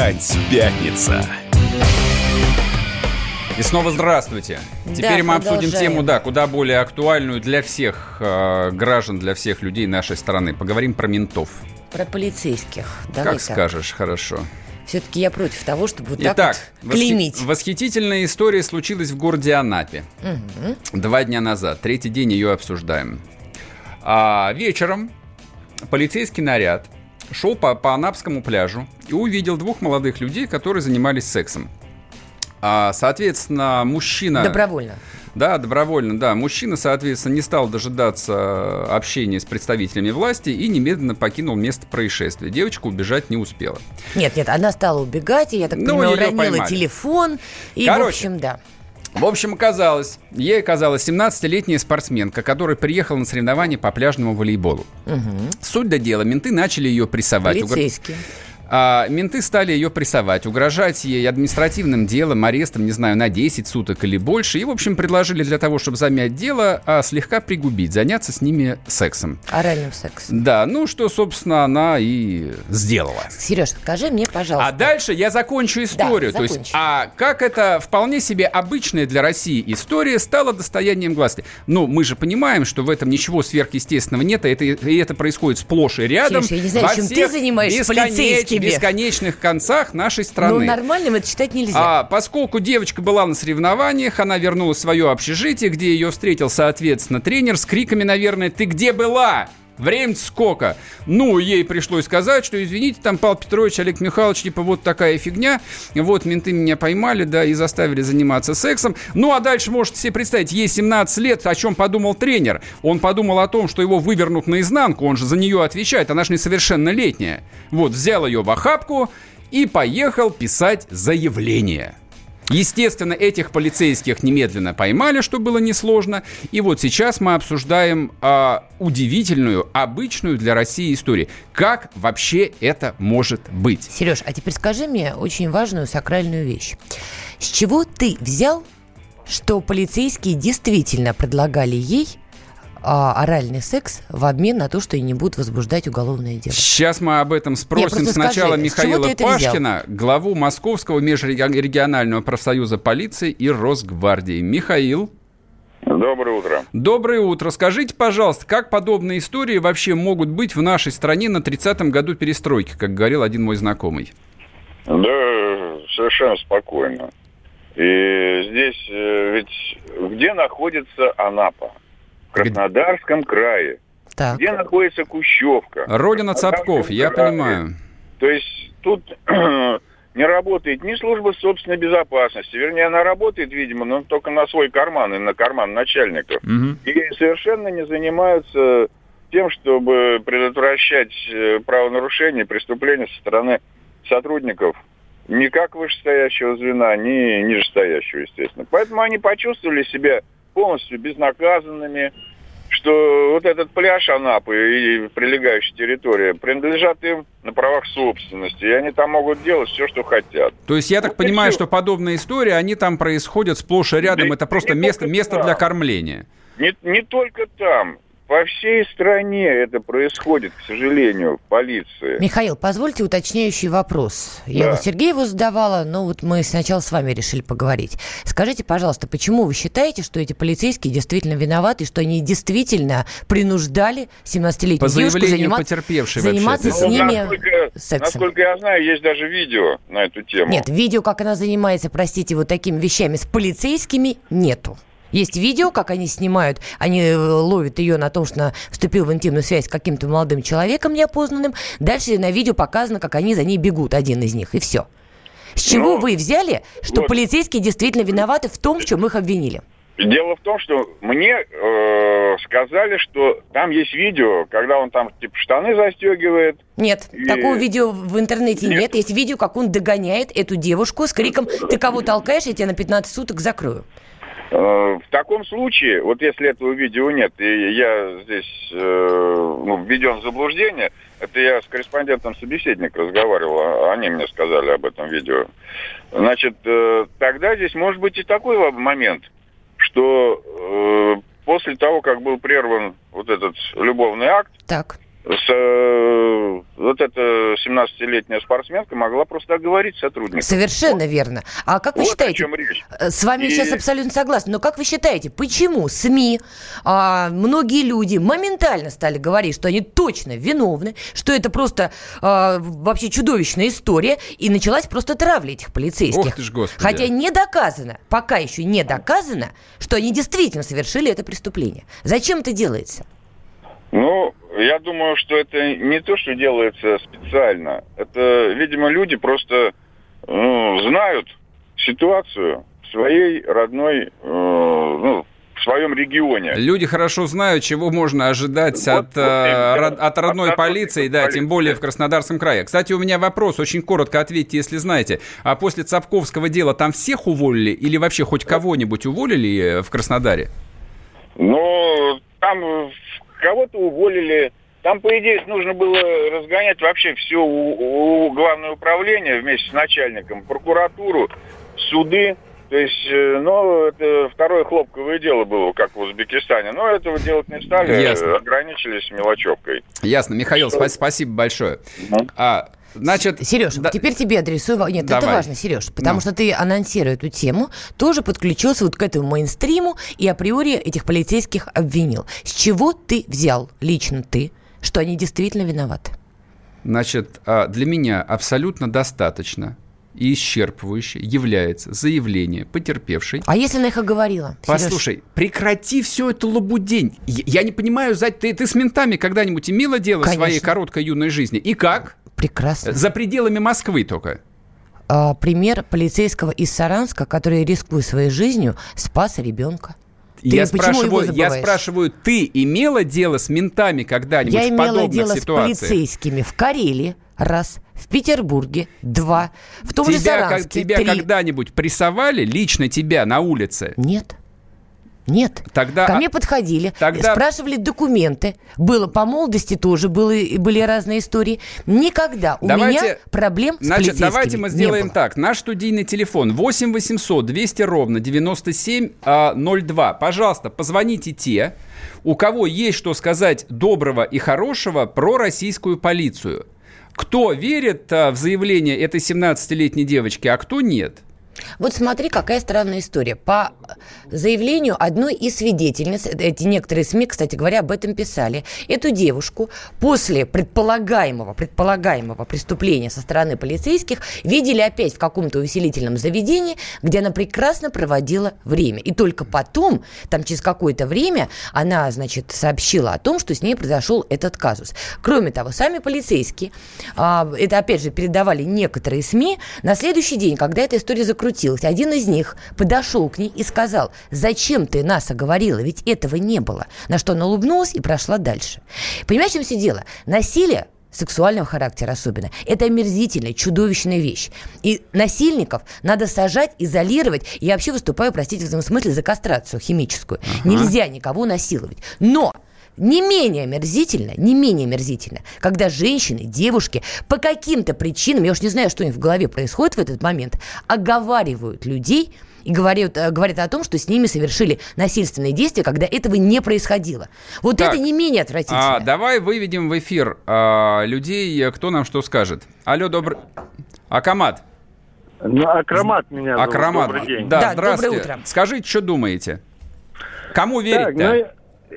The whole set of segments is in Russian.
Опять пятница. И снова здравствуйте. Теперь мы обсудим тему, куда более актуальную для всех граждан, для всех людей нашей страны. Поговорим про ментов. Про полицейских. Давай как скажешь, хорошо. Все-таки я против того, чтобы вот так вот клеймить. Восхитительная история случилась в городе Анапе. 2 дня назад. 3-й день ее обсуждаем. Вечером полицейский наряд шел по Анапскому пляжу и увидел 2 молодых людей, которые занимались сексом. Соответственно, мужчина... Добровольно. Да, добровольно, да. Мужчина, соответственно, не стал дожидаться общения с представителями власти и немедленно покинул место происшествия. Девочка убежать не успела. Нет, она стала убегать, и, я так понимаю, уронила телефон. И, в общем, да. В общем, ей оказалась 17-летняя спортсменка, которая приехала на соревнования по пляжному волейболу. Суть до дела, менты начали ее прессовать. Полицейские. Менты стали ее прессовать, угрожать ей административным делом, арестом, не знаю, на 10 суток или больше. И, в общем, предложили для того, чтобы замять дело, слегка пригубить, заняться с ними сексом. Оральным сексом. Да, что, собственно, она и сделала. Сереж, скажи мне, пожалуйста. А дальше я закончу историю. Да, то есть, как это вполне себе обычная для России история стала достоянием власти. Мы же понимаем, что в этом ничего сверхъестественного нет, и это происходит сплошь и рядом. Сереж, я не знаю, чем ты занимаешься, полицейским. Бесконечных концах нашей страны. Нормальным это считать нельзя. Поскольку девочка была на соревнованиях, она вернулась в свое общежитие, где ее встретил, соответственно, тренер с криками, наверное: «Ты где была? Время-то сколько?» Ей пришлось сказать, что, извините, там, Павел Петрович, Олег Михайлович, вот такая фигня, менты меня поймали, и заставили заниматься сексом. А дальше можете себе представить, ей 17 лет, о чем подумал тренер? Он подумал о том, что его вывернут наизнанку, он же за нее отвечает, она же несовершеннолетняя. Взял ее в охапку и поехал писать заявление. Естественно, этих полицейских немедленно поймали, что было несложно. И сейчас мы обсуждаем удивительную, обычную для России историю. Как вообще это может быть? Сереж, а теперь скажи мне очень важную сакральную вещь. С чего ты взял, что полицейские действительно предлагали ей оральный секс в обмен на то, что и не будут возбуждать уголовное дело? Сейчас мы об этом спросим сначала Михаила Пашкина, главу Московского межрегионального профсоюза полиции и Росгвардии. Михаил. Доброе утро. Доброе утро. Скажите, пожалуйста, как подобные истории вообще могут быть в нашей стране на 30-м году перестройки, как говорил один мой знакомый? Да, совершенно спокойно. И здесь ведь где находится Анапа? В Краснодарском крае. Так. Где находится Кущевка? Родина Цапков, я понимаю. То есть тут не работает ни служба собственной безопасности. Вернее, она работает, видимо, но только на свой карман и на карман начальников. И совершенно не занимаются тем, чтобы предотвращать правонарушения, преступления со стороны сотрудников ни как вышестоящего звена, ни нижестоящего, естественно. Поэтому они почувствовали себя полностью безнаказанными, что этот пляж Анапы и прилегающая территория принадлежат им на правах собственности, и они там могут делать все, что хотят. То есть я так понимаю, что подобные истории, они там происходят сплошь и рядом, это просто место для кормления. Не только там. По всей стране это происходит, к сожалению, в полиции. Михаил, позвольте уточняющий вопрос. Я Сергееву задавала, но мы сначала с вами решили поговорить. Скажите, пожалуйста, почему вы считаете, что эти полицейские действительно виноваты, что они действительно принуждали 17-летнюю девушку заниматься с ними сексом? Насколько я знаю, есть даже видео на эту тему. Нет, видео, как она занимается, такими вещами с полицейскими, нету. Есть видео, как они снимают, они ловят ее на том, что она вступила в интимную связь с каким-то молодым человеком неопознанным. Дальше на видео показано, как они за ней бегут, один из них, и все. С чего вы взяли, что полицейские действительно виноваты в том, в чем их обвинили? Дело в том, что мне сказали, что там есть видео, когда он там штаны застегивает. Нет, такого видео в интернете нет. Есть видео, как он догоняет эту девушку с криком: «Ты кого толкаешь, я тебя на 15 суток закрою». В таком случае, если этого видео нет, и я здесь введен в заблуждение, это я с корреспондентом собеседника разговаривал, они мне сказали об этом видео. Значит, тогда здесь может быть и такой момент, что после того, как был прерван этот любовный акт, так. с вот эта 17-летняя спортсменка могла просто оговорить сотрудников. Совершенно верно. А как вы Вот считаете, о чем речь. с вами сейчас абсолютно согласна, но как вы считаете, почему СМИ, многие люди моментально стали говорить, что они точно виновны, что это просто вообще чудовищная история, и началась просто травля этих полицейских. Ох ты ж, Господи. Хотя не доказано, пока еще не доказано, что они действительно совершили это преступление. Зачем это делается? Ну, я думаю, что это не то, что делается специально. Это, видимо, люди просто знают ситуацию в своей родной, в своем регионе. Люди хорошо знают, чего можно ожидать от родной полиции, да, тем более в Краснодарском крае. Кстати, у меня вопрос, очень коротко ответьте, если знаете. А после Цапковского дела там всех уволили или вообще хоть кого-нибудь уволили в Краснодаре? Ну, там кого-то уволили. Там, по идее, нужно было разгонять вообще все главное управление вместе с начальником, прокуратуру, суды. То есть, это второе хлопковое дело было, как в Узбекистане. Но этого делать не стали, Ясно. ограничились мелочевкой. Ясно. Михаил, спасибо большое. Значит, Сереж, теперь тебе адресую. Нет, Давай. это важно, Сереж, потому что ты, анонсируя эту тему, тоже подключился вот к этому мейнстриму и априори этих полицейских обвинил. С чего ты взял, лично ты, что они действительно виноваты? Значит, для меня абсолютно достаточно и исчерпывающе является заявление потерпевшей. А если она их оговорила? Послушай, прекрати всю эту лабудень. Я не понимаю, ты с ментами когда-нибудь имела дело в своей короткой юной жизни? И как? Прекрасно. За пределами Москвы только. Пример полицейского из Саранска, который, рискуя своей жизнью, спас ребенка. Я спрашиваю, ты имела дело с ментами когда-нибудь в подобных ситуациях? Я имела дело с полицейскими в Карелии, раз, в Петербурге, два, в том же Саранске, Тебя 3. когда-нибудь прессовали, лично тебя, на улице? Нет. Тогда, ко мне подходили, спрашивали документы. Было по молодости тоже, были разные истории. Никогда у меня проблем с полицейскими давайте мы сделаем не было. так. Наш студийный телефон 8 800 200 ровно 9702. Пожалуйста, позвоните те, у кого есть что сказать доброго и хорошего про российскую полицию. Кто верит в заявление этой 17-летней девочки, а кто нет? Вот смотри, какая странная история. По заявлению одной из свидетельниц, эти некоторые СМИ, кстати говоря, об этом писали, эту девушку после предполагаемого преступления со стороны полицейских видели опять в каком-то увеселительном заведении, где она прекрасно проводила время. И только потом, там через какое-то время, она, сообщила о том, что с ней произошел этот казус. Кроме того, сами полицейские, это опять же передавали некоторые СМИ, на следующий день, когда эта история закрутилась, один из них подошел к ней и сказал: зачем ты нас оговорила, ведь этого не было. На что она улыбнулась и прошла дальше. Понимаешь, в чем все дело? Насилие сексуального характера особенно. Это омерзительная, чудовищная вещь. И насильников надо сажать, изолировать. Я вообще выступаю, простите, в этом смысле за кастрацию химическую. Нельзя никого насиловать. Но не менее омерзительно, когда женщины, девушки по каким-то причинам, я уж не знаю, что у них в голове происходит в этот момент, оговаривают людей и говорят о том, что с ними совершили насильственные действия, когда этого не происходило. Вот так, это не менее отвратительно. Давай выведем в эфир людей, кто нам что скажет. Алло, Акамат. Акромат меня зовут. Акромат. Добрый день. Да, здравствуйте. Доброе утро. Скажите, что думаете? Кому верить-то?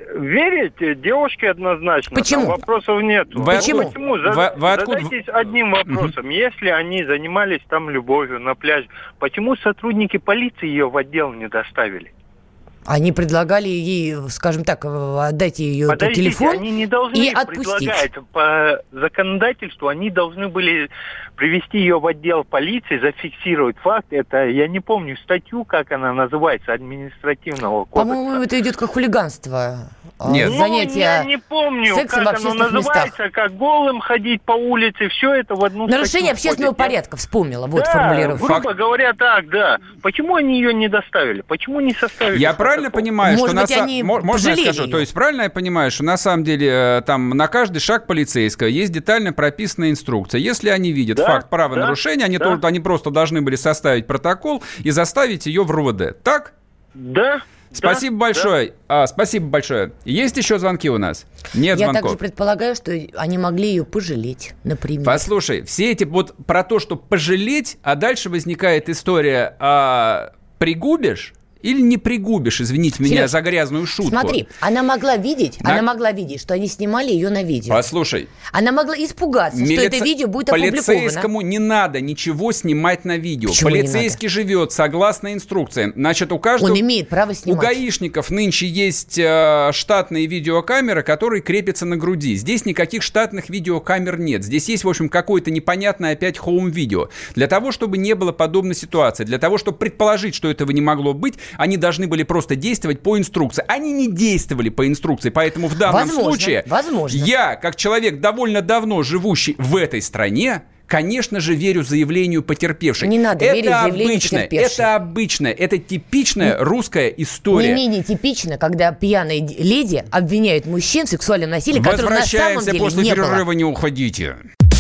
Верить девушке однозначно. Почему? Там вопросов нет. Почему? Задайтесь одним вопросом. Если они занимались там любовью на пляже, почему сотрудники полиции ее в отдел не доставили? Они предлагали ей, скажем так, отдать ее телефон они не должны и отпустить. По законодательству они должны были привести ее в отдел полиции, зафиксировать факт. Это, я не помню статью, как она называется, административного кодекса. По-моему, это идет как хулиганство. Нет. Занятие я не помню, сексом как в оно называется, местах. Как голым ходить по улице, все это в одну Нарушение общественного порядка, вспомнила, вот формулировка. Грубо говоря, так, да. Почему они ее не доставили? Почему не составили? Я правильно понимаю, может что... быть, они можно я скажу? ее? То есть правильно я понимаю, что на самом деле там на каждый шаг полицейского есть детально прописанная инструкция. Если они видят факт правонарушения, они просто должны были составить протокол и заставить ее в РОВД. Так? Да. Спасибо большое. Спасибо большое. Есть еще звонки у нас? Нет звонков. Я также предполагаю, что они могли ее пожалеть, например. Послушай, все эти вот про то, что пожалеть, а дальше возникает история, пригубишь или не пригубишь, извините меня за грязную шутку. Смотри, она могла видеть, что они снимали ее на видео. Послушай. Она могла испугаться, что это видео будет опубликовано. Полицейскому не надо ничего снимать на видео. Почему полицейский живет согласно инструкциям. Значит, у каждого... Он имеет право снимать. У гаишников нынче есть штатные видеокамеры, которые крепятся на груди. Здесь никаких штатных видеокамер нет. Здесь есть, в общем, какое-то непонятное опять хоум-видео. Для того, чтобы не было подобной ситуации, для того, чтобы предположить, что этого не могло быть, они должны были просто действовать по инструкции. Они не действовали по инструкции, поэтому в данном случае я, как человек, довольно давно живущий в этой стране, конечно же, верю заявлению потерпевшей. Не надо верить заявлению потерпевшей. Это обычная, это типичная русская история. Не менее типично, когда пьяные леди обвиняют мужчин в сексуальном насилии, которого на самом деле не было. Возвращаемся после перерыва, не уходите.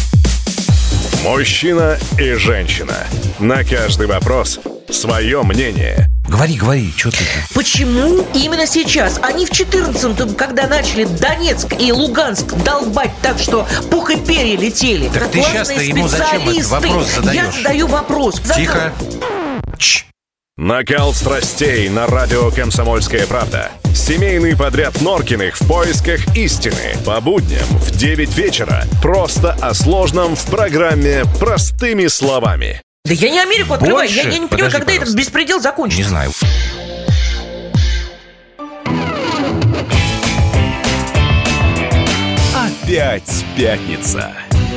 Мужчина и женщина. На каждый вопрос свое мнение. Говори, что ты? Почему именно сейчас? Они в 14-м, когда начали Донецк и Луганск долбать так, что пух и перья летели. Так ты сейчас-то ему зачем этот вопрос задаешь? Я задаю вопрос. Тихо. Накал страстей на радио «Комсомольская правда». Семейный подряд Норкиных в поисках истины. По будням в 9 вечера. Просто о сложном в программе «Простыми словами». Да я не Америку открываю. Я не понимаю, когда этот беспредел закончится. Не знаю. Опять пятница.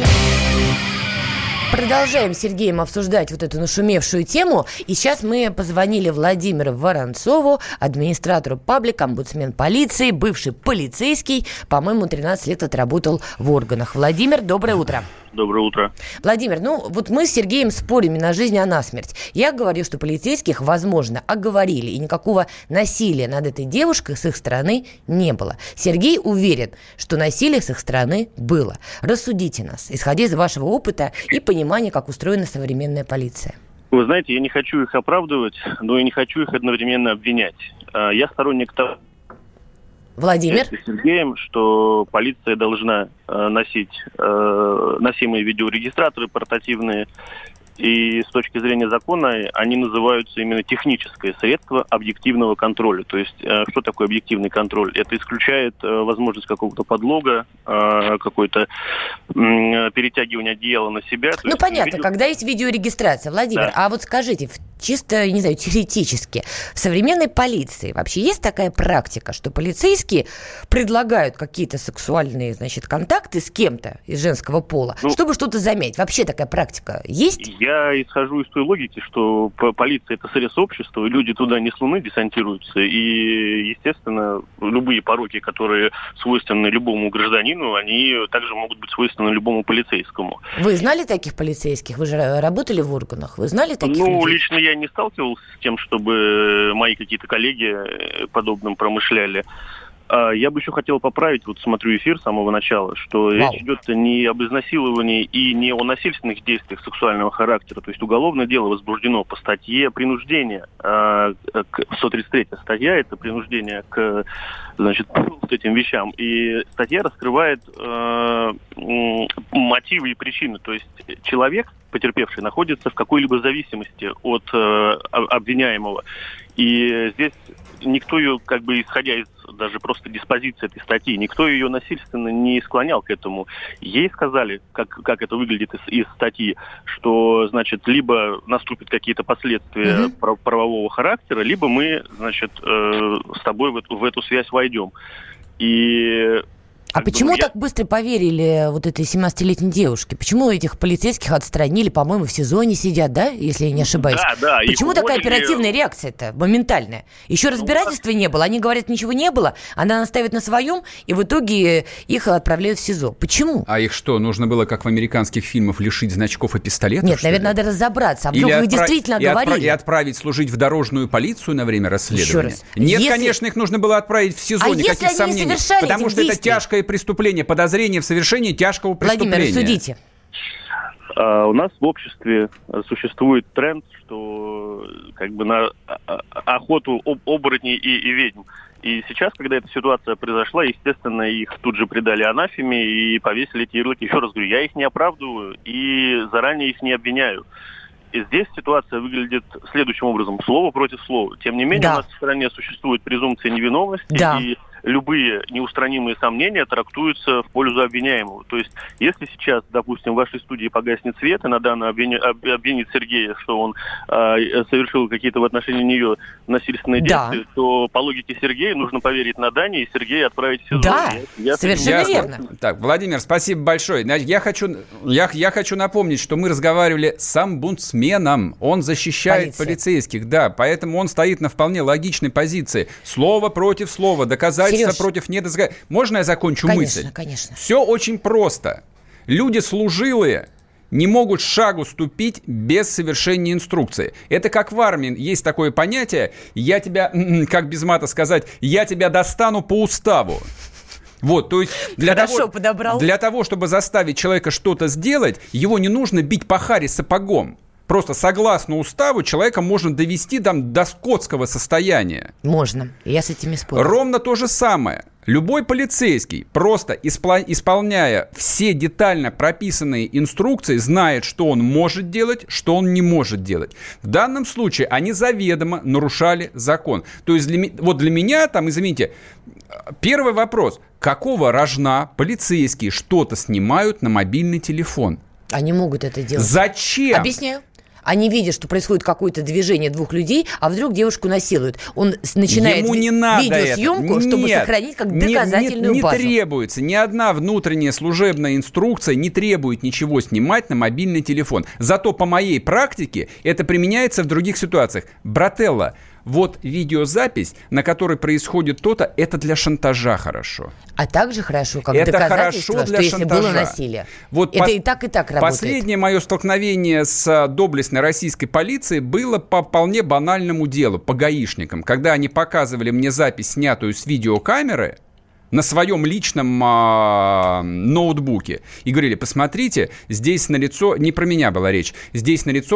Продолжаем с Сергеем обсуждать вот эту нашумевшую тему. И сейчас мы позвонили Владимиру Воронцову, администратору паблика, омбудсмен полиции, бывший полицейский. По-моему, 13 лет отработал в органах. Владимир, доброе утро. Доброе утро. Владимир, вот мы с Сергеем спорим на жизнь, а на смерть. Я говорю, что полицейских, возможно, оговорили, и никакого насилия над этой девушкой с их стороны не было. Сергей уверен, что насилие с их стороны было. Рассудите нас, исходя из вашего опыта и понимания, как устроена современная полиция. Вы знаете, я не хочу их оправдывать, но и не хочу их одновременно обвинять. Я сторонник того, Владимир? С Сергеем, что полиция должна носить носимые видеорегистраторы портативные, и с точки зрения закона они называются именно техническое средство объективного контроля. То есть, что такое объективный контроль? Это исключает возможность какого-то подлога, какое-то перетягивание одеяла на себя. Ну, понятно, когда есть видеорегистрация. Владимир, да. А вот скажите, чисто, не знаю, теоретически, в современной полиции вообще есть такая практика, что полицейские предлагают какие-то сексуальные, контакты с кем-то из женского пола, чтобы что-то замять? Вообще такая практика есть? Я исхожу из той логики, что полиция – это срез общества, и люди туда не с Луны десантируются, и, естественно, любые пороки, которые свойственны любому гражданину, они также могут быть свойственны любому полицейскому. Вы знали таких полицейских? Вы же работали в органах. Вы знали таких людей? Лично я не сталкивался с тем, чтобы мои какие-то коллеги подобным промышляли. Я бы еще хотел поправить, смотрю эфир с самого начала, что речь идет не об изнасиловании и не о насильственных действиях сексуального характера. То есть уголовное дело возбуждено по статье принуждения. 133-я статья – это принуждение к этим вещам. И статья раскрывает мотивы и причины. То есть человек, потерпевший, находится в какой-либо зависимости от обвиняемого. И здесь никто ее, исходя из даже просто диспозиции этой статьи, никто ее насильственно не склонял к этому. Ей сказали, как это выглядит из статьи, что, либо наступят какие-то последствия правового характера, либо мы, с тобой в эту связь войдем. И... А почему так быстро поверили этой 17-летней девушке? Почему этих полицейских отстранили, по-моему, в СИЗО они сидят, да, если я не ошибаюсь? Да. Почему такая оперативная реакция-то, моментальная? Еще разбирательства не было, они говорят, ничего не было, она настаивает на своем, и в итоге их отправляют в СИЗО. Почему? А их что, нужно было, как в американских фильмах, лишить значков и пистолетов? Нет, наверное, надо разобраться, а вдруг их действительно оговорили? И отправить служить в дорожную полицию на время расследования? Еще раз. Нет, конечно, их нужно было отправить в СИЗО, никаких сомнений. Потому что это тяжкое преступление, подозрение в совершении тяжкого преступления. Владимир, судите. У нас в обществе существует тренд, что как бы на охоту оборотней и ведьм. И сейчас, когда эта ситуация произошла, естественно, их тут же предали анафеме и повесили эти ярлыки. Еще раз говорю, я их не оправдываю и заранее их не обвиняю. И здесь ситуация выглядит следующим образом. Слово против слова. Тем не менее, у нас в стране существует презумпция невиновности, и любые неустранимые сомнения трактуются в пользу обвиняемого. То есть, если сейчас, допустим, в вашей студии погаснет свет, и Надана обвинит Сергея, что он совершил какие-то в отношении нее насильственные действия, то по логике Сергея нужно поверить Надане и Сергея отправить в СИЗО. Да, совершенно верно. Так, Владимир, спасибо большое. Я хочу напомнить, что мы разговаривали с омбудсменом. Он защищает полицейских, да, поэтому он стоит на вполне логичной позиции. Слово против слова, доказательства против недоказательств. Можно я закончу мысль? Конечно. Все очень просто. Люди служилые не могут шагу ступить без совершения инструкции. Это как в армии. Есть такое понятие, я тебя, как без мата сказать, я тебя достану по уставу. Вот, то есть для того, чтобы заставить человека что-то сделать, его не нужно бить по харе сапогом. Просто согласно уставу человека можно довести до скотского состояния. Можно. Я с этими спорю. Ровно то же самое. Любой полицейский, просто исполняя все детально прописанные инструкции, знает, что он может делать, что он не может делать. В данном случае они заведомо нарушали закон. То есть для меня, извините, первый вопрос. Какого рожна полицейские что-то снимают на мобильный телефон? Они могут это делать. Зачем? Объясняю. Они видят, что происходит какое-то движение двух людей, а вдруг девушку насилуют. Он начинает видеосъемку, чтобы сохранить как доказательную базу. Не требуется. Ни одна внутренняя служебная инструкция не требует ничего снимать на мобильный телефон. Зато по моей практике это применяется в других ситуациях. Брателло, вот видеозапись, на которой происходит то-то, это для шантажа хорошо. А также хорошо, как это доказательство, хорошо для что шантажа. Если было насилие. Вот это и так работает. Последнее мое столкновение с доблестной российской полицией было по вполне банальному делу, по гаишникам. Когда они показывали мне запись, снятую с видеокамеры, на своем личном ноутбуке. И говорили, посмотрите, здесь налицо, не про меня была речь, здесь налицо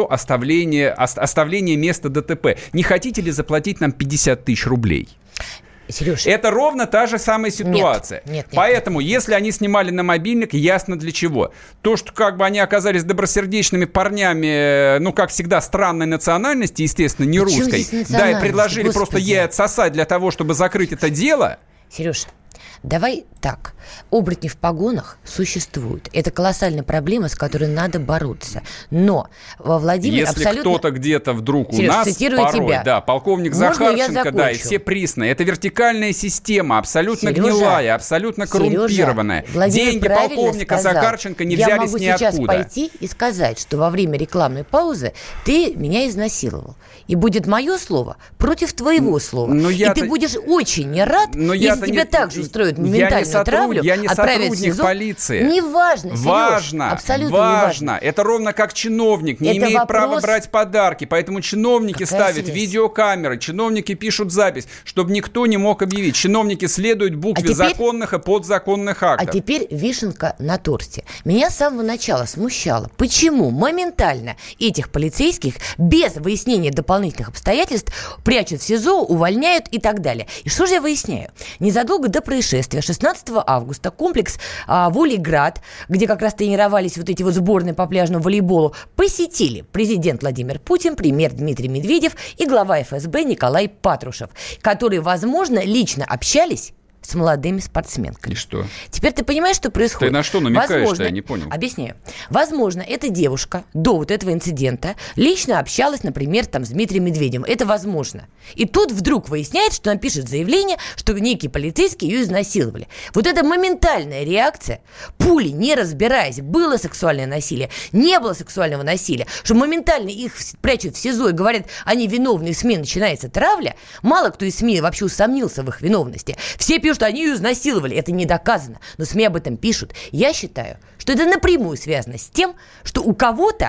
оставление места ДТП. Не хотите ли заплатить нам 50 тысяч рублей? Сереж, это ровно та же самая ситуация. Нет. Поэтому, если они снимали на мобильник, ясно для чего. То, что они оказались добросердечными парнями, как всегда, странной национальности, естественно, не русской. Да, и предложили просто ей отсосать для того, чтобы закрыть это дело. Сереж, давай так. Оборотни в погонах существуют. Это колоссальная проблема, с которой надо бороться. Но Владимир если абсолютно... кто-то где-то вдруг Сереж, у нас порой, тебя. Да, полковник Можно Захарченко, да, и все присные. Это вертикальная система, абсолютно гнилая, абсолютно коррумпированная. Деньги полковника Захарченко не взялись ниоткуда. Я могу сейчас пойти и сказать, что во время рекламной паузы ты меня изнасиловал. И будет мое слово против твоего слова. И ты будешь очень не рад, если тебя также устроят моментальную травлю, я не сотрудник полиции. Неважно, важно, абсолютно важно. Это ровно как чиновник не имеет права брать подарки, поэтому чиновники ставят видеокамеры, чиновники пишут запись, чтобы никто не мог объявить. Чиновники следуют букве законных и подзаконных актов. А теперь вишенка на торте. Меня с самого начала смущало, почему моментально этих полицейских без выяснения дополнительных обстоятельств прячут в СИЗО, увольняют и так далее. И что же я выясняю? Незадолго до происшествия, 16 августа, комплекс «Волейград», где как раз тренировались вот эти вот сборные по пляжному волейболу, посетили президент Владимир Путин, премьер Дмитрий Медведев и глава ФСБ Николай Патрушев, которые, возможно, лично общались с молодыми спортсменками. И что? Теперь ты понимаешь, что происходит? Ты на что намекаешь-то? Я не понял. Объясняю. Возможно, эта девушка до вот этого инцидента лично общалась, например, с Дмитрием Медведевым. Это возможно. И тут вдруг выясняется, что она пишет заявление, что некие полицейские ее изнасиловали. Вот это моментальная реакция, пули, не разбираясь, было сексуальное насилие, не было сексуального насилия, что моментально их прячут в СИЗО и говорят, они виновны, из СМИ начинается травля. Мало кто из СМИ вообще усомнился в их виновности. Все пишут, что они ее изнасиловали. Это не доказано, но СМИ об этом пишут. Я считаю, что это напрямую связано с тем, что у кого-то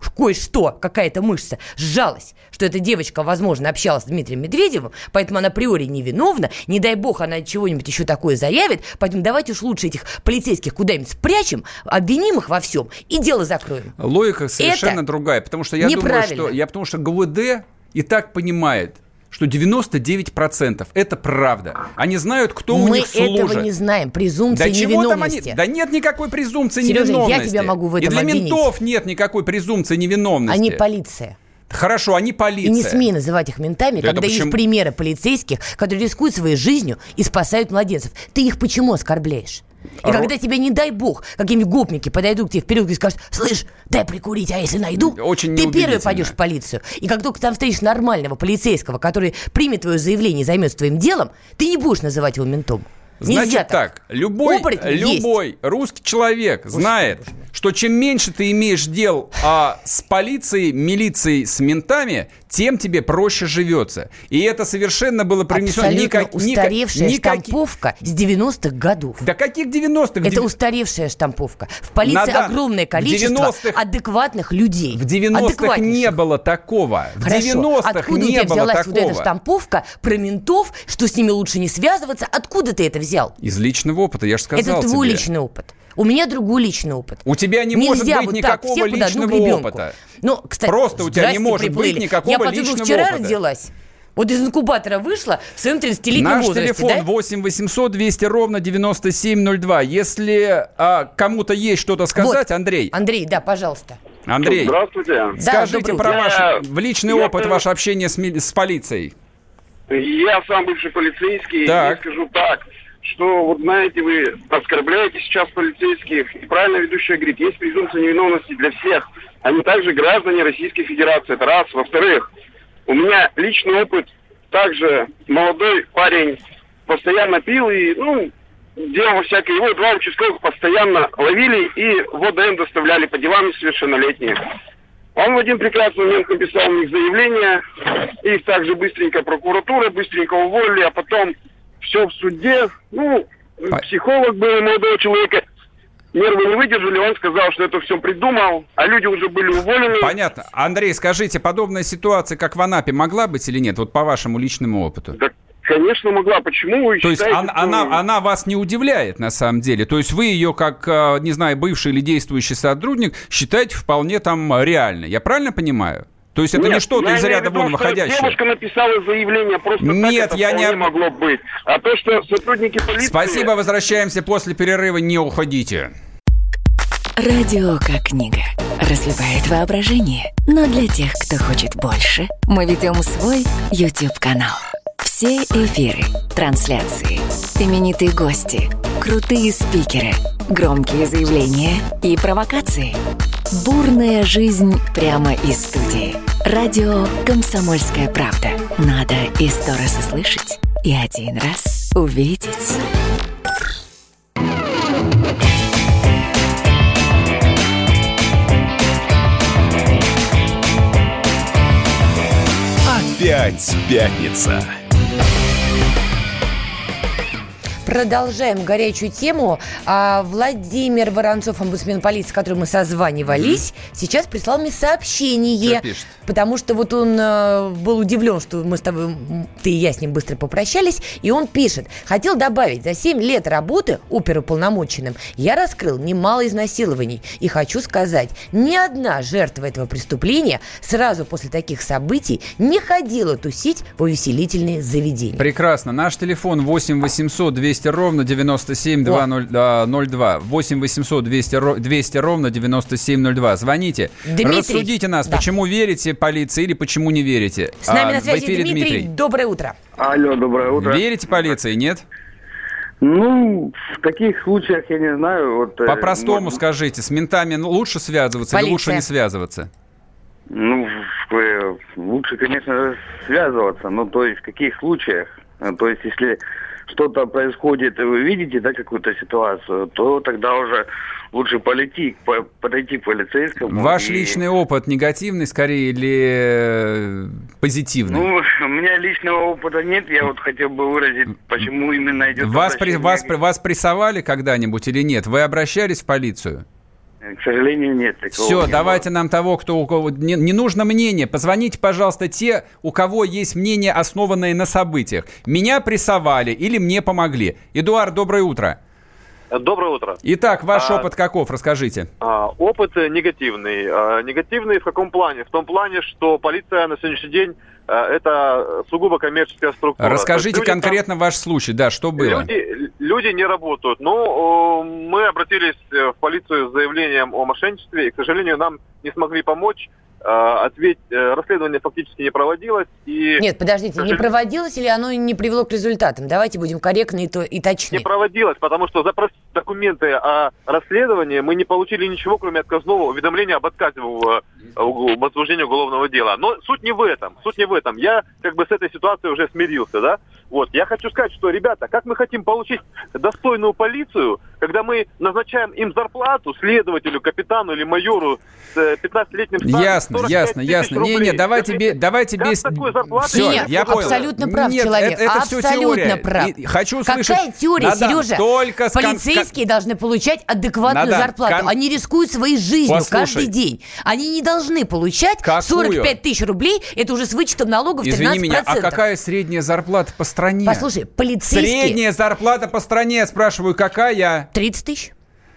кое-что, какая-то мышца сжалась, что эта девочка, возможно, общалась с Дмитрием Медведевым, поэтому она априори невиновна, не дай бог она чего-нибудь еще такое заявит, поэтому давайте уж лучше этих полицейских куда-нибудь спрячем, обвиним их во всем и дело закроем. Логика совершенно другая, потому что я думаю, что ГУВД и так понимает, что 99% это правда. Они знают, кто у них служит. Мы этого не знаем. Презумпция невиновности. Да нет никакой презумпции невиновности. Я тебя могу в этом обвинить. И для обвинить. ментов нет никакой презумпции невиновности. Они полиция. Хорошо, они полиция. И не смей называть их ментами, когда есть примеры полицейских, которые рискуют своей жизнью и спасают младенцев. Ты их почему оскорбляешь? И когда тебе, не дай бог, какие-нибудь гопники подойдут к тебе вперед и скажут: слышь, дай прикурить, а если найду, ты первый пойдешь в полицию. И как только там встретишь нормального полицейского, который примет твое заявление и займется твоим делом, ты не будешь называть его ментом. Значит так, любой русский человек знает, что чем меньше ты имеешь дел с полицией, милицией, с ментами, тем тебе проще живется. И это совершенно было принесено... Абсолютно устаревшая штамповка с 90-х годов. Да каких 90-х? Это устаревшая штамповка. В полиции огромное количество адекватных людей. В 90-х не было такого. В 90-х откуда не у тебя было взялась такого? Вот эта штамповка про ментов, что с ними лучше не связываться? Откуда ты это взял? Из личного опыта, я же сказал тебе. Это твой личный опыт. У меня другой личный опыт. У тебя не может быть никакого личного опыта. Ну, кстати, просто у тебя не может быть никакого личного опыта. Я вчера родилась. Вот из инкубатора вышла в своем 30-летнем возрасте. Наш телефон 8 800 200 ровно 9702. Если кому-то есть что-то сказать, Андрей. Андрей, да, пожалуйста. Андрей, здравствуйте. Скажите про в личный опыт, ваше общение с полицией. Я сам бывший полицейский. Так. Я скажу так, что, вот знаете, вы оскорбляете сейчас полицейских, и правильно ведущая говорит, есть презумпция невиновности для всех. Они также граждане Российской Федерации, это раз. Во-вторых, у меня личный опыт, также молодой парень постоянно пил и, делал всякое. Его 2 участковых постоянно ловили и в ОДН доставляли по делам несовершеннолетних. Он в один прекрасный момент написал у них заявление, их также быстренько прокуратура, быстренько уволили, а потом все в суде. Психолог был у молодого человека, нервы не выдержали, он сказал, что это все придумал, а люди уже были уволены. Понятно. Андрей, скажите, подобная ситуация, как в Анапе, могла быть или нет, вот по вашему личному опыту? Да, конечно, могла. Почему вы считаете, То есть она вас не удивляет, на самом деле? То есть вы ее, как, не знаю, бывший или действующий сотрудник, считаете вполне там реально? Я правильно понимаю? То есть это не что-то из ряда вон выходящее? Девушка написала заявление, просто нет, так это не могло быть. А то, что сотрудники полиции... Спасибо, возвращаемся после перерыва, не уходите. Радио как книга. Разливает воображение. Но для тех, кто хочет больше, мы ведем свой YouTube-канал. Все эфиры, трансляции, именитые гости, крутые спикеры, громкие заявления и провокации. Бурная жизнь прямо из студии. Радио «Комсомольская правда». Надо и 100 раз услышать, и 1 раз увидеть. Опять пятница. Продолжаем горячую тему. Владимир Воронцов, омбудсмен полиции, с которым мы созванивались, сейчас прислал мне сообщение. Потому что вот он был удивлен, что мы с тобой, ты и я с ним быстро попрощались. И он пишет: хотел добавить, за 7 лет работы оперуполномоченным я раскрыл немало изнасилований. И хочу сказать, ни одна жертва этого преступления сразу после таких событий не ходила тусить в увеселительные заведения. Прекрасно. Наш телефон 8 800 200 ровно 9702. 8 800 200 ровно 9702. Звоните. Дмитрий, рассудите нас, почему верите полиции или почему не верите. С нами на связи Дмитрий. Доброе утро. Алло, доброе утро. Верите полиции, нет? В таких случаях я не знаю. По-простому скажите, с ментами лучше связываться или лучше не связываться? Лучше, конечно, связываться, но то есть в каких случаях? То есть если что-то происходит, и вы видите, какую-то ситуацию, то тогда уже лучше подойти к полицейскому. Ваш личный опыт негативный, скорее, или позитивный? У меня личного опыта нет, я вот хотел бы выразить, почему именно идет... Вас прессовали когда-нибудь или нет? Вы обращались в полицию? К сожалению, нет. Все, давайте нам того, у кого... Не нужно мнение. Позвоните, пожалуйста, те, у кого есть мнение, основанное на событиях. Меня прессовали или мне помогли. Эдуард, доброе утро. Доброе утро. Итак, ваш опыт каков? Расскажите. Опыт негативный. Негативный в каком плане? В том плане, что полиция на сегодняшний день это сугубо коммерческая структура. Расскажите конкретно ваш случай, да, что было? Люди не работают. Но мы обратились в полицию с заявлением о мошенничестве, и, к сожалению, нам не смогли помочь. Расследование фактически не проводилось. Нет, подождите, не проводилось или оно не привело к результатам? Давайте будем корректны и точны. Не проводилось, потому что запросив документы о расследовании, мы не получили ничего, кроме отказного уведомления об отказе в возбуждении уголовного дела. Но суть не в этом. Я с этой ситуацией уже смирился, да? Вот. Я хочу сказать, что, ребята, как мы хотим получить достойную полицию, когда мы назначаем им зарплату, следователю, капитану или майору с 15-летним стажем? Ясно. Не, давайте без... Все, я понял. Абсолютно прав человек. Это абсолютно прав. Хочу услышать... Какая теория, Сережа? Полицейские должны получать адекватную зарплату. Они рискуют своей жизнью каждый день. Они не должны получать 45 тысяч рублей, это уже с вычетом налогов 13%. Извини меня, а какая средняя зарплата по стране? Послушай, полицейские... Средняя зарплата по стране, я спрашиваю, какая? 30 тысяч.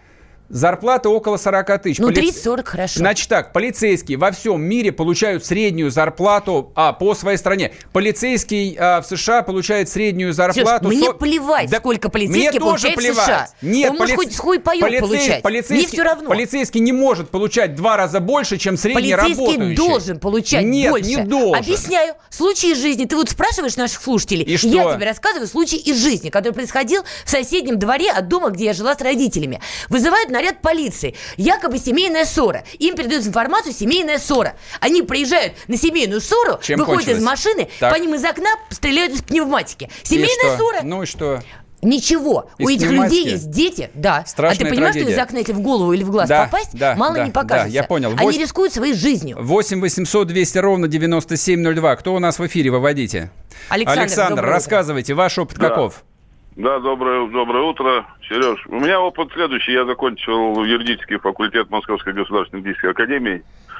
Зарплата около 40 тысяч. 30-40, хорошо. Значит так, полицейские во всем мире получают среднюю зарплату по своей стране. Полицейский в США получает среднюю зарплату... Сереж, мне плевать, сколько полицейский получает в США. Нет, он может хоть хуй поет получать. Мне все равно. Полицейский не может получать в 2 раза больше, чем средний работающий. Полицейский должен получать больше. Нет, не должен. Объясняю. Случаи из жизни. Ты спрашиваешь наших слушателей. И что? Я тебе рассказываю случай из жизни, который происходил в соседнем дворе от дома, где я жила с родителями. Вызывают наряд полиции. Якобы семейная ссора. Им передают информацию «семейная ссора». Они приезжают на семейную ссору, выходят из машины, по ним из окна стреляют из пневматики. Семейная ссора. Ну и что? Ничего. У этих людей есть дети, да. Страшная а ты понимаешь, трагедия. что из окна, если в голову или в глаз попасть, мало не покажется. Да, я понял. Они рискуют своей жизнью. 8 800 200 ровно 9702. Кто у нас в эфире? Выводите. Александр, рассказывайте, ваш опыт каков? Да, доброе утро, Сереж. У меня опыт следующий. Я закончил юридический факультет Московской государственной юридической академии.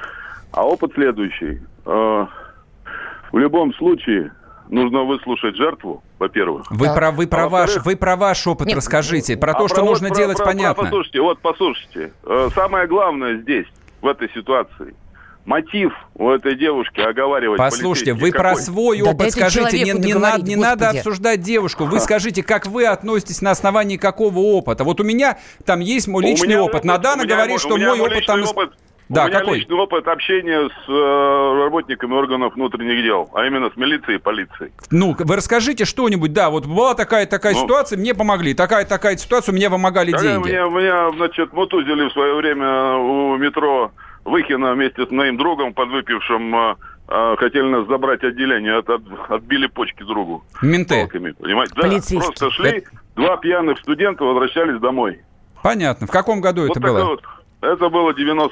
А опыт следующий. В любом случае нужно выслушать жертву, во-первых. Вы про ваш опыт расскажите. Про то, что нужно делать, понятно. Послушайте. Самое главное здесь, в этой ситуации, мотив у этой девушки оговаривать. Послушайте, вы про свой опыт скажите, не надо обсуждать девушку. Вы скажите, как вы относитесь на основании какого опыта. Вот у меня там есть мой личный опыт. Надана говорит, что мой опыт там... Да, у меня личный опыт общения с работниками органов внутренних дел, а именно с милицией и полицией. Ну, вы расскажите что-нибудь. Да, вот была такая ситуация, мне помогли. Такая ситуация, мне помогали деньги. Меня, мутузили в свое время у метро Выхино вместе с моим другом, подвыпившим, хотели нас забрать отделение, отбили почки другу. Менты? Палками, понимаете? Да, просто шли, 2 пьяных студента возвращались домой. Понятно. В каком году это было? Это было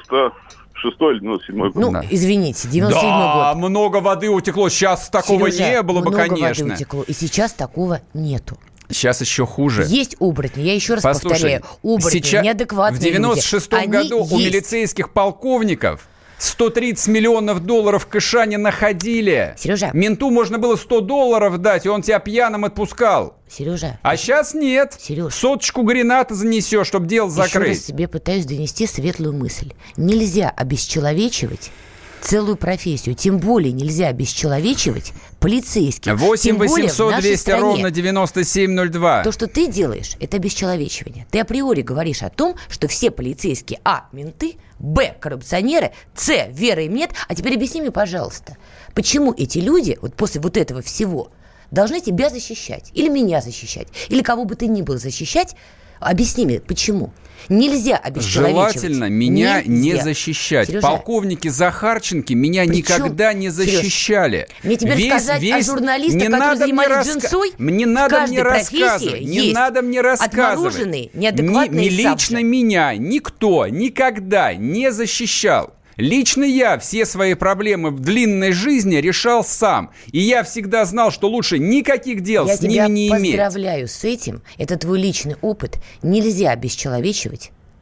96-й или 97-й год. Ну, извините, 97-й год. Да, много воды утекло. Сейчас такого не было бы, конечно. Много воды утекло, и сейчас такого нету. Сейчас еще хуже. Есть оборотни, я еще раз повторяю. Оборотни, неадекватные люди. В 96-м году у милицейских полковников 130 миллионов долларов кэша не находили. Сережа. Менту можно было $100 дать, и он тебя пьяным отпускал. Сережа. А сейчас нет. Сереж. Соточку граната занесешь, чтобы дело закрыть. Еще раз тебе пытаюсь донести светлую мысль. Нельзя обесчеловечивать целую профессию. Тем более нельзя обесчеловечивать полицейских. 8 800 200 ровно 9702. То, что ты делаешь, это обесчеловечивание. Ты априори говоришь о том, что все полицейские менты, коррупционеры, веры им нет. А теперь объясни мне, пожалуйста, почему эти люди после этого всего должны тебя защищать, или меня защищать, или кого бы ты ни был защищать? Объясни мне, почему? Нельзя обесчеловечивать. Желательно меня не защищать. Сережа. Полковники Захарченки меня никогда не защищали. Сереж, мне теперь сказать о журналистах, которые занимались джинсой? Не надо мне рассказывать. Не надо мне рассказывать. Отмороженные, неадекватные лично меня никто никогда не защищал. Лично я все свои проблемы в длинной жизни решал сам. И я всегда знал, что лучше никаких дел с ними не иметь. Я тебя поздравляю с этим. Это твой личный опыт. Нельзя обесчеловечивать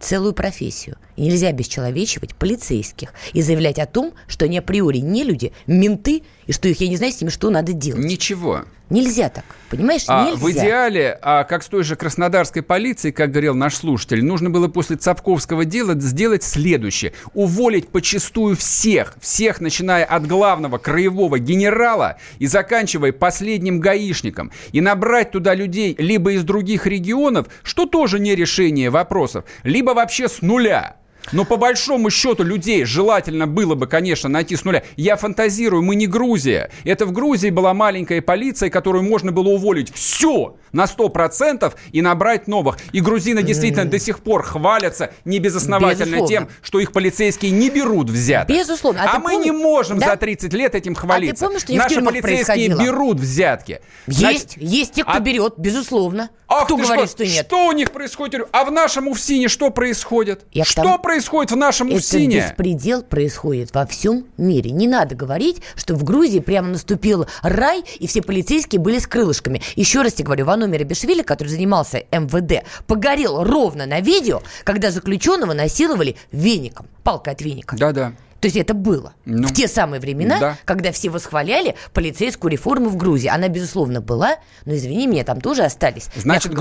целую профессию. И нельзя обесчеловечивать полицейских и заявлять о том, что они априори не люди, менты, и что их, я не знаю, с ними что надо делать. Ничего. Нельзя так, понимаешь? Нельзя. В идеале, как с той же краснодарской полицией, как говорил наш слушатель, нужно было после Цапковского дела сделать следующее. Уволить почистую всех, начиная от главного краевого генерала и заканчивая последним гаишником. И набрать туда людей либо из других регионов, что тоже не решение вопросов, либо вообще с нуля. Но по большому счету людей желательно было бы, конечно, найти с нуля. Я фантазирую, мы не Грузия. Это в Грузии была маленькая полиция, которую можно было уволить все на 100% и набрать новых. И грузины действительно до сих пор хвалятся небезосновательно тем, что их полицейские не берут взяток. Безусловно. А мы не можем за 30 лет этим хвалиться. А ты помнишь, что наши полицейские берут взятки. Есть те, кто берет, безусловно. Кто говорит, что нет? Что у них происходит? А в нашем УФСИНе что происходит? Что происходит в нашем УФСИНе? Этот беспредел происходит во всем мире. Не надо говорить, что в Грузии прямо наступил рай, и все полицейские были с крылышками. Еще раз тебе говорю, Вано Мерабишвили, который занимался МВД, погорел ровно на видео, когда заключенного насиловали веником, палкой от веника. Да-да. То есть это было в те самые времена, когда все восхваляли полицейскую реформу в Грузии. Она, безусловно, была, но, извини меня, там тоже остались, значит,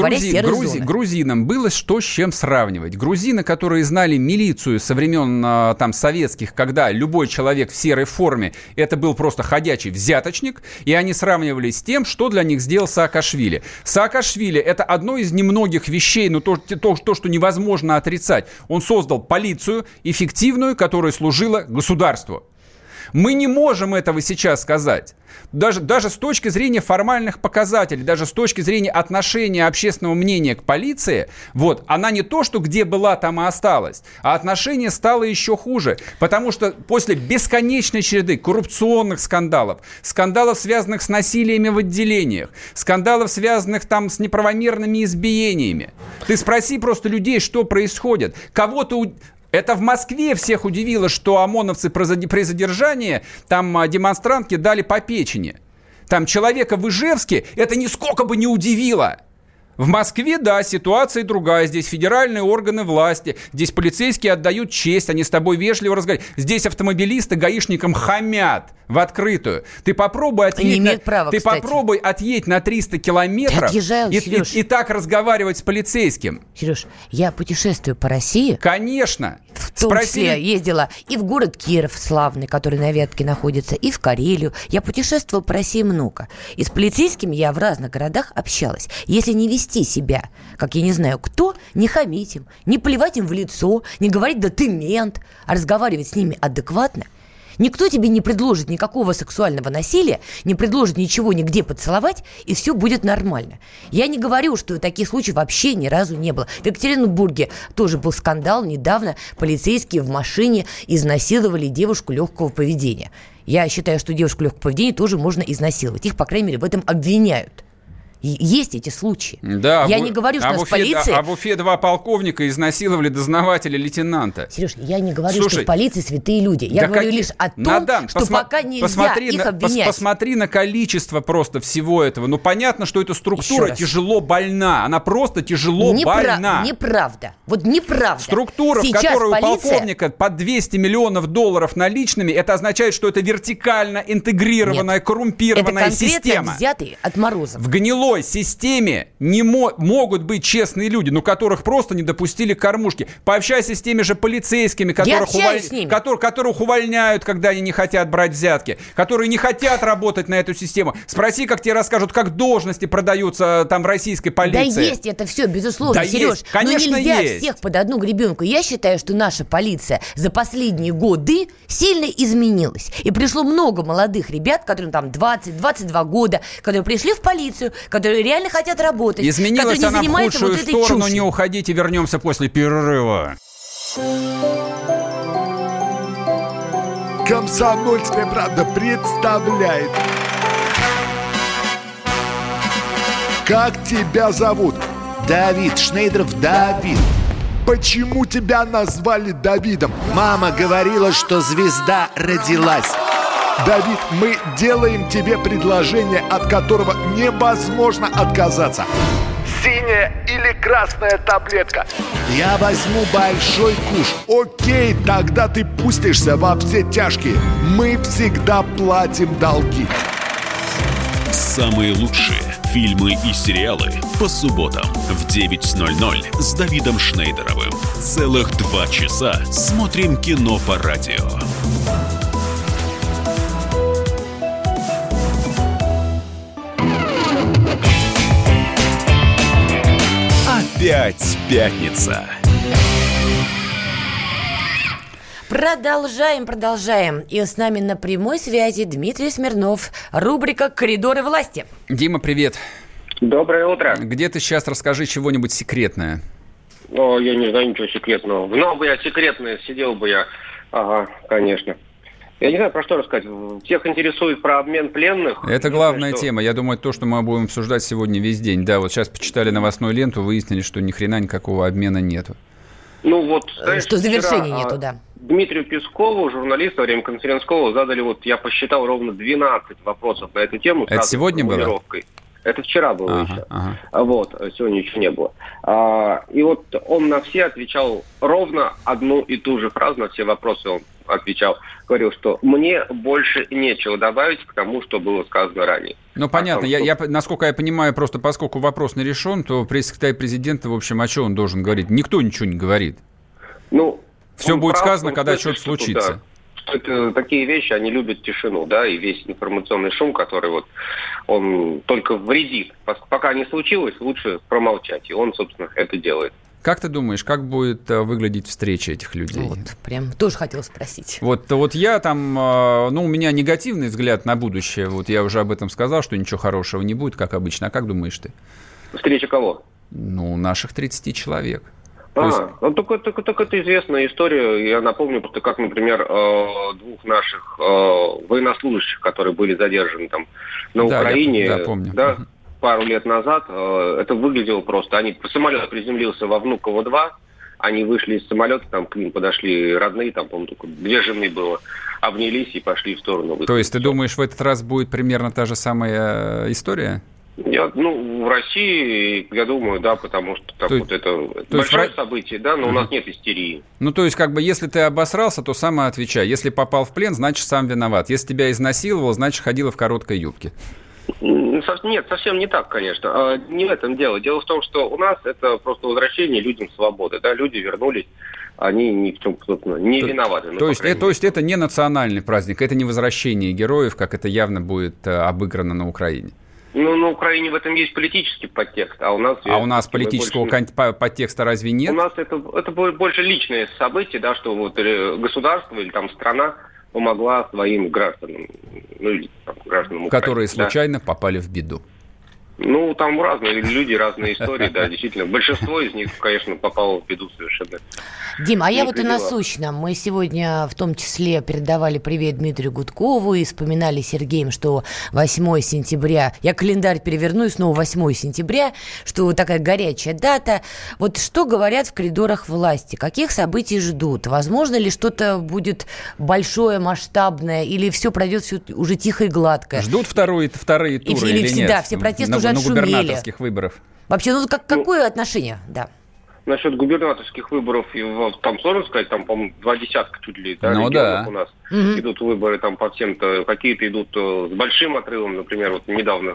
грузинам было что с чем сравнивать. Грузины, которые знали милицию со времен там, советских, когда любой человек в серой форме, это был просто ходячий взяточник, и они сравнивали с тем, что для них сделал Саакашвили. Саакашвили – это одно из немногих вещей, но то, что невозможно отрицать. Он создал полицию эффективную, которая служила государству. Мы не можем этого сейчас сказать. Даже с точки зрения формальных показателей, даже с точки зрения отношения общественного мнения к полиции, вот, она не то, что где была, там и осталась, а отношение стало еще хуже. Потому что после бесконечной череды коррупционных скандалов, скандалов, связанных с насилиями в отделениях, скандалов, связанных там с неправомерными избиениями, ты спроси просто людей, что происходит. Это в Москве всех удивило, что ОМОНовцы при задержании там демонстрантки дали по печени. Там человека в Ижевске это нисколько бы не удивило. В Москве, да, ситуация другая. Здесь федеральные органы власти. Здесь полицейские отдают честь. Они с тобой вежливо разговаривают. Здесь автомобилисты гаишникам хамят в открытую. Ты попробуй отъедь на 300 километров и так разговаривать с полицейским. Сереж, я путешествую по России. Конечно. В том числе ездила и в город Киров славный, который на Вятке находится, и в Карелию. Я путешествовала по России много. И с полицейскими я в разных городах общалась. Если не вести себя, как я не знаю кто, не хамить им, не плевать им в лицо, не говорить «да ты мент», а разговаривать с ними адекватно. Никто тебе не предложит никакого сексуального насилия, не предложит ничего нигде поцеловать, и все будет нормально. Я не говорю, что таких случаев вообще ни разу не было. В Екатеринбурге тоже был скандал. Недавно полицейские в машине изнасиловали девушку легкого поведения. Я считаю, что девушку легкого поведения тоже можно изнасиловать. Их, по крайней мере, в этом обвиняют. Есть эти случаи. Да, я не говорю, что у нас полиция... А в Уфе 2 полковника изнасиловали дознавателя-лейтенанта. Сереж, я не говорю, что в полиции святые люди. Я говорю лишь о том, что пока нельзя их обвинять. Посмотри на количество просто всего этого. Ну, понятно, что эта структура тяжело больна. Она просто тяжело больна. Неправда. Вот неправда. Структура, в которой у полковника под 200 миллионов долларов наличными, это означает, что это вертикально интегрированная, коррумпированная система. Это конкретно взятые от Морозов. В гнилой системе не могут быть честные люди, но которых просто не допустили к кормушке. Пообщайся с теми же полицейскими, которых увольняют, когда они не хотят брать взятки, которые не хотят работать на эту систему. Спроси, как тебе расскажут, как должности продаются там в российской полиции. Да есть это все, безусловно, да Сереж. Есть. Конечно, но нельзя есть. Всех под одну гребенку. Я считаю, что наша полиция за последние годы сильно изменилась. И пришло много молодых ребят, которым там 20-22 года, которые пришли в полицию, которые реально хотят работать. Изменилась она в худшую сторону. Не уходите, вернемся после перерыва. «Комсомольская правда» представляет. Как тебя зовут? Давид. Шнейдров Давид. Почему тебя назвали Давидом? Мама говорила, что звезда родилась. Давид, мы делаем тебе предложение, от которого невозможно отказаться. синяя или красная таблетка? Я возьму большой куш. Окей, тогда ты пустишься во все тяжкие. Мы всегда платим долги. Самые лучшие фильмы и сериалы по субботам в 9:00 с Давидом Шнейдеровым. Целых 2 часа смотрим кино по радио. Опять пятница. Продолжаем. И с нами на прямой связи Дмитрий Смирнов. Рубрика «Коридоры власти». Дима, привет. Доброе утро. Где ты сейчас? Расскажи чего-нибудь секретное. Я не знаю ничего секретного. Знал бы я секретное, сидел бы я. Ага, конечно. Я не знаю, про что рассказать. Всех интересует про обмен пленных. Это главная тема. Я думаю, то, что мы будем обсуждать сегодня весь день. Да, вот сейчас почитали новостную ленту, выяснили, что ни хрена никакого обмена нету. Ну вот, знаешь, что завершения нету, да. Дмитрию Пескову, журналисту во время конференц-колла, задали, я посчитал, ровно 12 вопросов на эту тему. Это сегодня было? Это вчера было еще. Сегодня еще не было. И вот он на все отвечал ровно одну и ту же фразу, на все вопросы он отвечал. Говорил, что мне больше нечего добавить к тому, что было сказано ранее. Ну, понятно. Я, насколько я понимаю, просто поскольку вопрос не решен, то пресс-секретарь президента, в общем, о чем он должен говорить? Никто ничего не говорит. Все будет сказано, когда что-то случится. Что это такие вещи, они любят тишину, да, и весь информационный шум, который он только вредит. Пока не случилось, лучше промолчать. И он, собственно, это делает. Как ты думаешь, как будет выглядеть встреча этих людей? Прям тоже хотел спросить. Вот я там, у меня негативный взгляд на будущее. Я уже об этом сказал, что ничего хорошего не будет, как обычно. А как думаешь ты? Встреча кого? Наших 30 человек. Только это известная история. Я напомню, просто как, например, 2 наших военнослужащих, которые были задержаны там на Украине. Да, помню. Да, пару лет назад. Это выглядело просто. Самолет приземлился во Внуково-2. Они вышли из самолета, там к ним подошли родные, там, по-моему, только 2 жены было. Обнялись и пошли в сторону. То есть ты думаешь, в этот раз будет примерно та же самая история? В России, я думаю, да, потому что это большое событие, да, но у нас нет истерии. То есть, если ты обосрался, то сам отвечай. Если попал в плен, значит, сам виноват. Если тебя изнасиловал, значит, ходила в короткой юбке. Нет, совсем не так, конечно. Не в этом дело. Дело в том, что у нас это просто возвращение людям свободы, да, люди вернулись, они ни в чем, собственно, не виноваты. То есть это не национальный праздник, это не возвращение героев, как это явно будет обыграно на Украине. На Украине в этом есть политический подтекст, а у нас... А у нас политического подтекста разве нет? У нас это больше личное событие, да, что государство или там страна помогла своим гражданам, гражданам Украины. Которые случайно попали в беду. Там разные люди, разные истории, да, действительно. Большинство из них, конечно, попало в беду совершенно. Дим, и насущно. Мы сегодня в том числе передавали привет Дмитрию Гудкову и вспоминали с Сергеем, что 8 сентября, я календарь переверну, и снова 8 сентября, что такая горячая дата. Что говорят в коридорах власти? Каких событий ждут? Возможно ли что-то будет большое, масштабное, или все пройдет уже тихо и гладко? Ждут вторые туры или нет? Да, все протесты уже отшумели. На губернаторских выборах. Вообще, какое отношение? Да. Насчет губернаторских выборов, там сложно сказать, там, по-моему, 20 чуть ли, да, регионов у нас идут выборы, там по всем-то, какие-то идут с большим отрывом, например, недавно,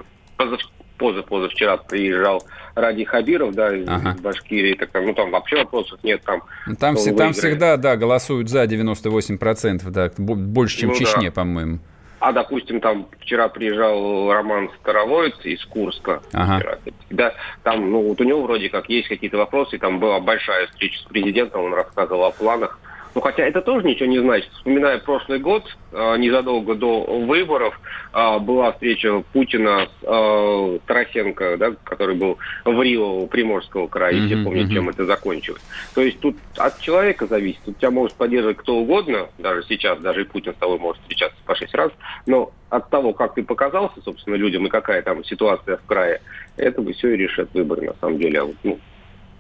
позавчера приезжал Ради Хабиров, да, из Башкирии, там вообще вопросов нет, там всегда, да, голосуют за 98%, да, больше, чем в Чечне, по-моему. Допустим, там вчера приезжал Роман Старовоец из Курска. Да, там, у него вроде как есть какие-то вопросы, там была большая встреча с президентом, он рассказывал о планах. Хотя это тоже ничего не значит. Вспоминая прошлый год, незадолго до выборов, была встреча Путина с Тарасенко, да, который был в Рио, Приморского края, все помнят, чем это закончилось. То есть тут от человека зависит. Тут тебя может поддерживать кто угодно, даже сейчас, даже и Путин с тобой может встречаться по 6 раз, но от того, как ты показался, собственно, людям и какая там ситуация в крае, это бы все и решит выборы, на самом деле.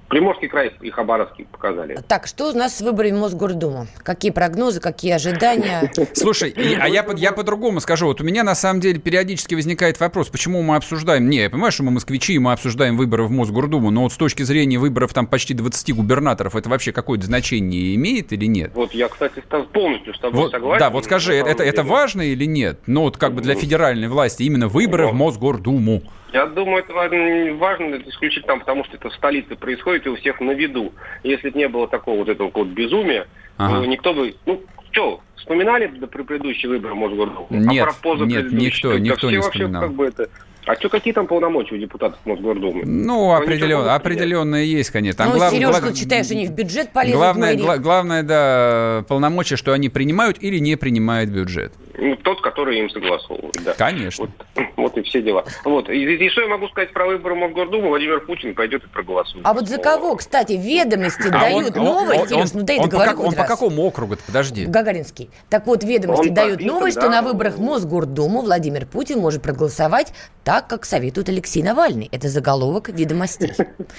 Приморский край и Хабаровский показали. Так, что у нас с выборами в Мосгордуму? Какие прогнозы, какие ожидания? Слушай, я по-другому скажу. Вот у меня на самом деле периодически возникает вопрос, почему мы обсуждаем... Не, я понимаю, что мы москвичи, и мы обсуждаем выборы в Мосгордуму, но вот с точки зрения выборов там почти 20 губернаторов, это вообще какое-то значение имеет или нет? Вот я, кстати, полностью с тобой согласен. Да, вот скажи, это важно или нет? Ну, вот как бы для федеральной власти именно выборы в Мосгордуму. Я думаю, это важно исключительно потому, что это в столице происходит и у всех на виду. Если бы не было такого вот этого вот безумия, никто бы... Ну, что, вспоминали при предыдущие выборы Мосгордуму? Нет, никто не вспоминал. Как бы это... А что, какие там полномочия у депутатов Мосгордумы? Ну, определенные есть, конечно. Ну, Сереж, ты считаешь, они в бюджет полезут? Главное, да, полномочия, что они принимают или не принимают бюджет. Ну, тот, который им согласовывают, да. Конечно. Вот и все дела. Вот. И что я могу сказать про выборы в Мосгордуму? Владимир Путин пойдет и проголосует. А вот за кого, кстати, ведомости дают новость? Сереж, ну дай договорю. Он по какому округу? Подожди. Гагаринский. Так вот, ведомости дают новость, что на выборах в Мосгордуму Владимир Путин может проголосовать так, как советует Алексей Навальный. Это заголовок ведомостей.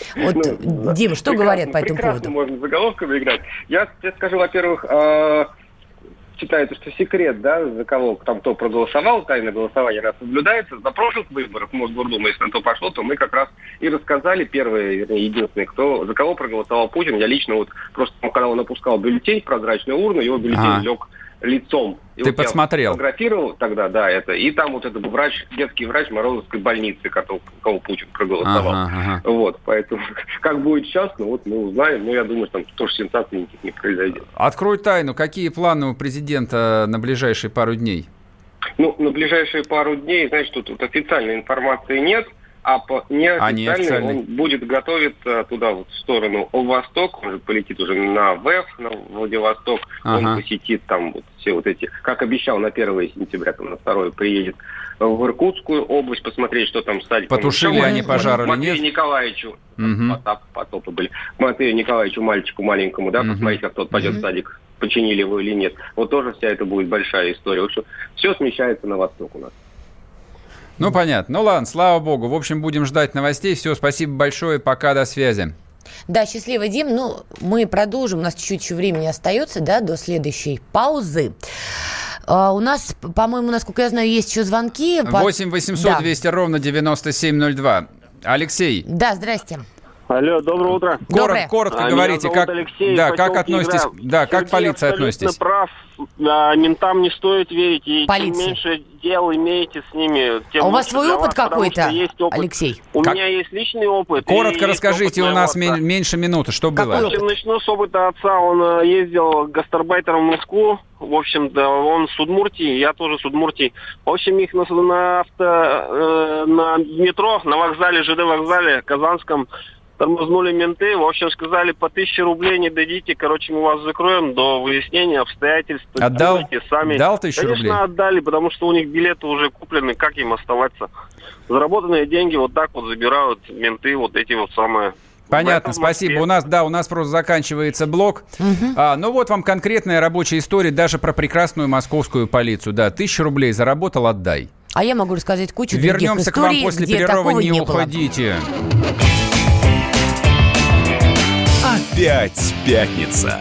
Вот, Дим, что говорят по этому поводу? Можно заголовками играть. Я тебе скажу, во-первых, считается, что секрет, да, за кого там кто проголосовал, тайное голосование раз соблюдается. За прошлых выборах в Мосгордуму, если на то пошло, то мы как раз и рассказали, первые, вернее, единственные, за кого проголосовал Путин. Я лично вот просто, когда он опускал бюллетень в прозрачную урну, его бюллетень лег лицом. И ты вот подсмотрел? Я фотографировал тогда, да, это. И там вот этот детский врач Морозовской больницы, кого Путин проголосовал. Вот, поэтому как будет сейчас, ну вот мы узнаем. Но я думаю, что там тоже сенсаций никаких не произойдет. Открой тайну. Какие планы у президента на ближайшие пару дней? Ну, на ближайшие пару дней, значит, тут официальной информации нет. А по неофициальной он будет готовиться туда, вот, в сторону Восток, он же полетит уже на ВЭФ, на Владивосток, он посетит там вот все вот эти, как обещал, на 1 сентября, там на 2 приедет в Иркутскую область, посмотреть, что там с садиком. Потушили они пожар или нет? Матвею Николаевичу, потопы были, Матвею Николаевичу, мальчику маленькому, да, посмотреть, как тот пойдет в садик, починили его или нет. Вот тоже вся это будет большая история. Вот что все смещается на восток у нас. Ну, понятно. Ну, ладно, слава богу. В общем, будем ждать новостей. Все, спасибо большое. Пока, до связи. Да, счастливо, Дим. Ну, мы продолжим. У нас чуть-чуть еще времени остается, да, до следующей паузы. У нас, по-моему, насколько я знаю, есть еще звонки. 8 800 200 ровно 9702. Алексей. Да, здрасте. Алло, доброе утро. Коротко говорите, как, Алексей, да, как относитесь, да, как полиция относитесь? Прав, ментам не стоит верить, и чем меньше дел имеете с ними, тем у вас свой опыт вас, какой-то, опыт. Алексей? У меня есть личный опыт. Коротко расскажите, у нас меньше минуты, что было? Начну с опыта отца, он ездил гастарбайтером в Москву, в общем-то, он с Удмуртии, я тоже с Удмуртии. В общем, их на метро, на вокзале, ЖД вокзале Казанском, тормознули менты, в общем, сказали, по 1000 рублей не дадите, короче, мы вас закроем до выяснения обстоятельств. Отдал? Сами. Дал 1000 рублей? Конечно, отдали, потому что у них билеты уже куплены, как им оставаться? Заработанные деньги вот так вот забирают менты, вот эти вот самые... Понятно, спасибо. У нас просто заканчивается блок. Ну вот вам конкретная рабочая история даже про прекрасную московскую полицию. Да, 1000 рублей заработал, отдай. А я могу рассказать кучу Вернемся других историй, к вам после перерыва, не уходите. Опять пятница.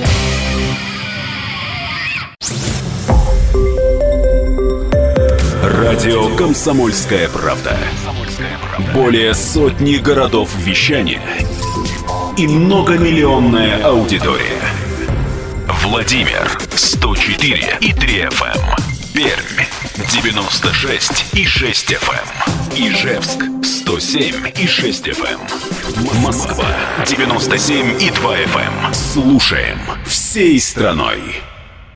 Радио «Комсомольская правда». Более сотни городов вещания и многомиллионная аудитория. Владимир 104,3 FM. Пермь 96,6 FM. Ижевск 107,6 FM. Москва 97,2 FM. Слушаем всей страной.